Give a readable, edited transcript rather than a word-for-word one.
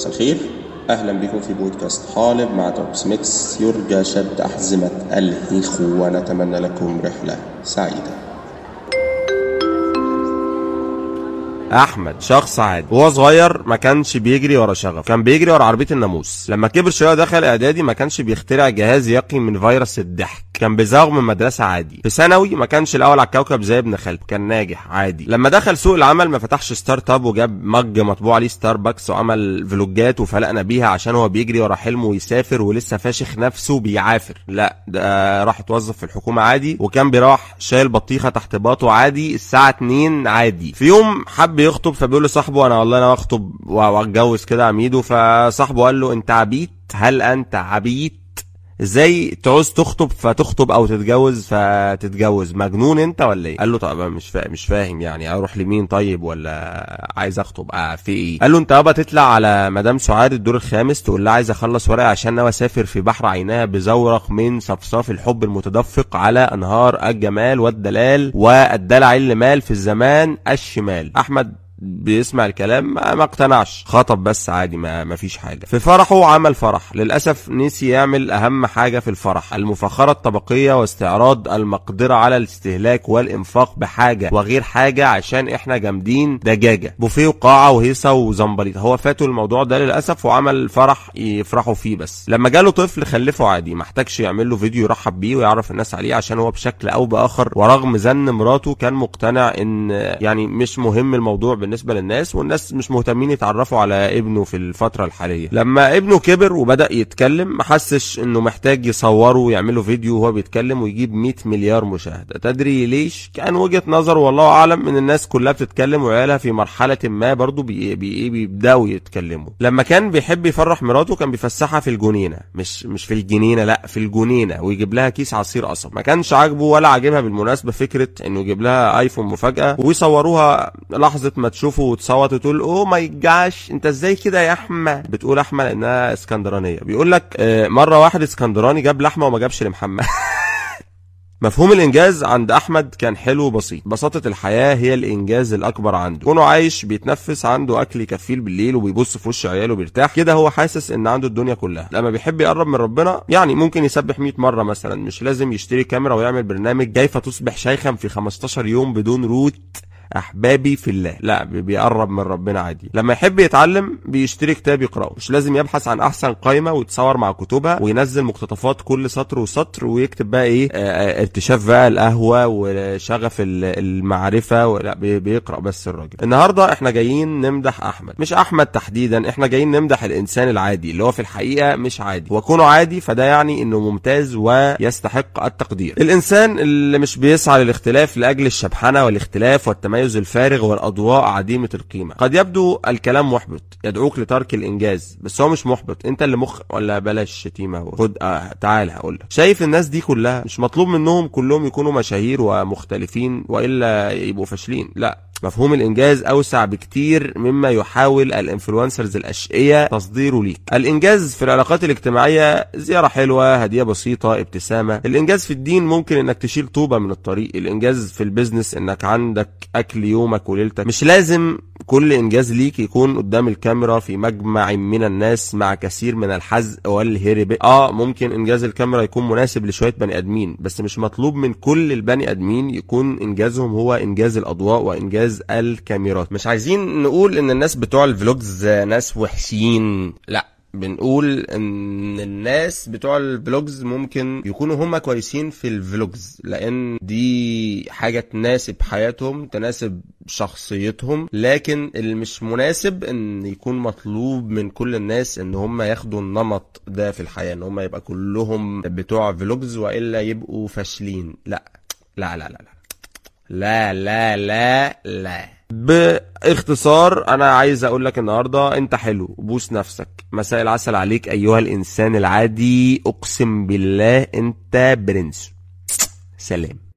مساء الخير، اهلا بكم في بودكاست حالب مع توبس ميكس. يرجى شد احزمة الهيخ ونتمنى لكم رحلة سعيدة. احمد شخص عادي، وهو صغير ما كانش بيجري ورا شغف، كان بيجري ورا عربيه الناموس. لما كبر شويه دخل اعدادي ما كانش بيخترع جهاز يقي من فيروس الضحك، كان بيزاغ من مدرسه عادي. في ثانوي ما كانش الاول على الكوكب زي ابن خالته، كان ناجح عادي. لما دخل سوق العمل ما فتحش ستارت اب وجاب مج مطبوع عليه ستاربكس وعمل فلوجات وفلقنا بيها عشان هو بيجري ورا حلمه ويسافر ولسه فاشخ نفسه بيعافر. لا، ده راح اتوظف في الحكومه عادي، وكان بيروح شايل بطيخه تحت باطه عادي الساعه 2 عادي. في يوم حب يخطب، فبيقول لصاحبه انا هخطب واتجوز كده عميده. فصاحبه قال له انت عبيط؟ هل انت عبيط؟ ازاي تعوز تخطب فتخطب او تتجوز فتتجوز؟ مجنون انت ولا ايه؟ قال له طب مش فاهم يعني اروح لمين طيب ولا عايز اخطب في ايه؟ قال له انت يابا تطلع على مدام سعاد الدور الخامس تقول لها عايز اخلص ورقه عشان ناوي اسافر في بحر عينها بزورق من صفصاف الحب المتدفق على انهار الجمال والدلال والدلع اللي مال في الزمان الشمال. احمد بيسمع الكلام ما اقتنعش، خطب بس عادي ما فيش حاجه. في فرحه عمل فرح، للاسف نسي يعمل اهم حاجه في الفرح، المفاخره الطبقيه واستعراض المقدره على الاستهلاك والانفاق بحاجه وغير حاجه عشان احنا جامدين دجاجه، بوفيه وقاعه وهيصه وزنبليط. هو فاته الموضوع ده للاسف وعمل فرح يفرحوا فيه بس. لما جاله طفل خلفه عادي، ما احتاجش يعمل له فيديو يرحب بيه ويعرف الناس عليه عشان هو بشكل او باخر ورغم زن مراته كان مقتنع ان يعني مش مهم الموضوع بالنسبه للناس، والناس مش مهتمين يتعرفوا على ابنه في الفتره الحاليه. لما ابنه كبر وبدا يتكلم ما حسش انه محتاج يصوره ويعملوا فيديو وهو بيتكلم ويجيب 100 مليار مشاهده. تدري ليش؟ كان وجهه نظر والله اعلم ان الناس كلها بتتكلم وعيالها في مرحله ما برضو بيبداوا يتكلموا. لما كان بيحب يفرح مراته كان بيفسحها في الجنينه، مش في الجنينه، لا في الجنينه، ويجيب لها كيس عصير قصب. ما كانش عاجبه ولا عاجبها بالمناسبه فكره انه يجيب لها ايفون مفاجاه ويصوروها لحظه ما تشوفه وتصوت وتقول اوه ماي جاش انت ازاي كده يا احمد. بتقول احمد لانها اسكندرانيه. بيقول لك مره واحد اسكندراني جاب لحمه وما جابش لمحمد. مفهوم الانجاز عند احمد كان حلو وبسيط، بساطه الحياه هي الانجاز الاكبر عنده. كونه عايش بيتنفس، عنده اكل يكفيه بالليل وبيبص في وش عياله بيرتاح كده، هو حاسس ان عنده الدنيا كلها. لما بيحب يقرب من ربنا يعني ممكن يسبح 100 مره مثلا، مش لازم يشتري كاميرا ويعمل برنامج كيف تصبح شيخا في 15 يوم بدون روت احبابي في الله، لا بيقرب من ربنا عادي. لما يحب يتعلم بيشتري كتاب يقراه، مش لازم يبحث عن احسن قائمه ويتصور مع كتبها وينزل مقتطفات كل سطر وسطر ويكتب بقى ايه ارتشاف بقى القهوه وشغف المعرفه لا بيقرا بس الراجل. النهارده احنا جايين نمدح احمد، مش احمد تحديدا، احنا جايين نمدح الانسان العادي اللي هو في الحقيقه مش عادي، وكونه عادي فده يعني انه ممتاز ويستحق التقدير. الانسان اللي مش بيسعى للاختلاف لاجل الشبحنه والاختلاف والتميز الفارغ والاضواء عديمه القيمه. قد يبدو الكلام محبط، يدعوك لترك الانجاز، بس هو مش محبط، انت اللي ولا بلاش شتيمه. خد تعال هقولك. شايف الناس دي كلها مش مطلوب منهم كلهم يكونوا مشاهير ومختلفين والا يبقوا فاشلين، لا. مفهوم الانجاز اوسع بكتير مما يحاول الانفلونسرز الاشقياء تصديره ليك. الانجاز في العلاقات الاجتماعيه زياره حلوه، هديه بسيطه، ابتسامه. الانجاز في الدين ممكن انك تشيل طوبه من الطريق. الانجاز في البيزنس انك عندك اكل يومك وليلتك. مش لازم كل انجاز ليك يكون قدام الكاميرا في مجمع من الناس مع كثير من الحزق والهرب. ممكن انجاز الكاميرا يكون مناسب لشويه بني ادمين، بس مش مطلوب من كل البني ادمين يكون انجازهم هو انجاز الاضواء وانجاز الكاميرات. مش عايزين نقول ان الناس بتوع الفلوجز ناس وحشين، لا، بنقول ان الناس بتوع الفلوجز ممكن يكونوا هم كويسين في الفلوجز لان دي حاجة تناسب حياتهم تناسب شخصيتهم، لكن اللي مش مناسب ان يكون مطلوب من كل الناس ان هم ياخدوا النمط ده في الحياة، ان هم يبقى كلهم بتوع فلوجز والا يبقوا فاشلين. لا لا لا لا لا لا لا لا. باختصار انا عايز اقول لك النهارده انت حلو، بوس نفسك. مساء العسل عليك ايها الانسان العادي، اقسم بالله انت برنس. سلام.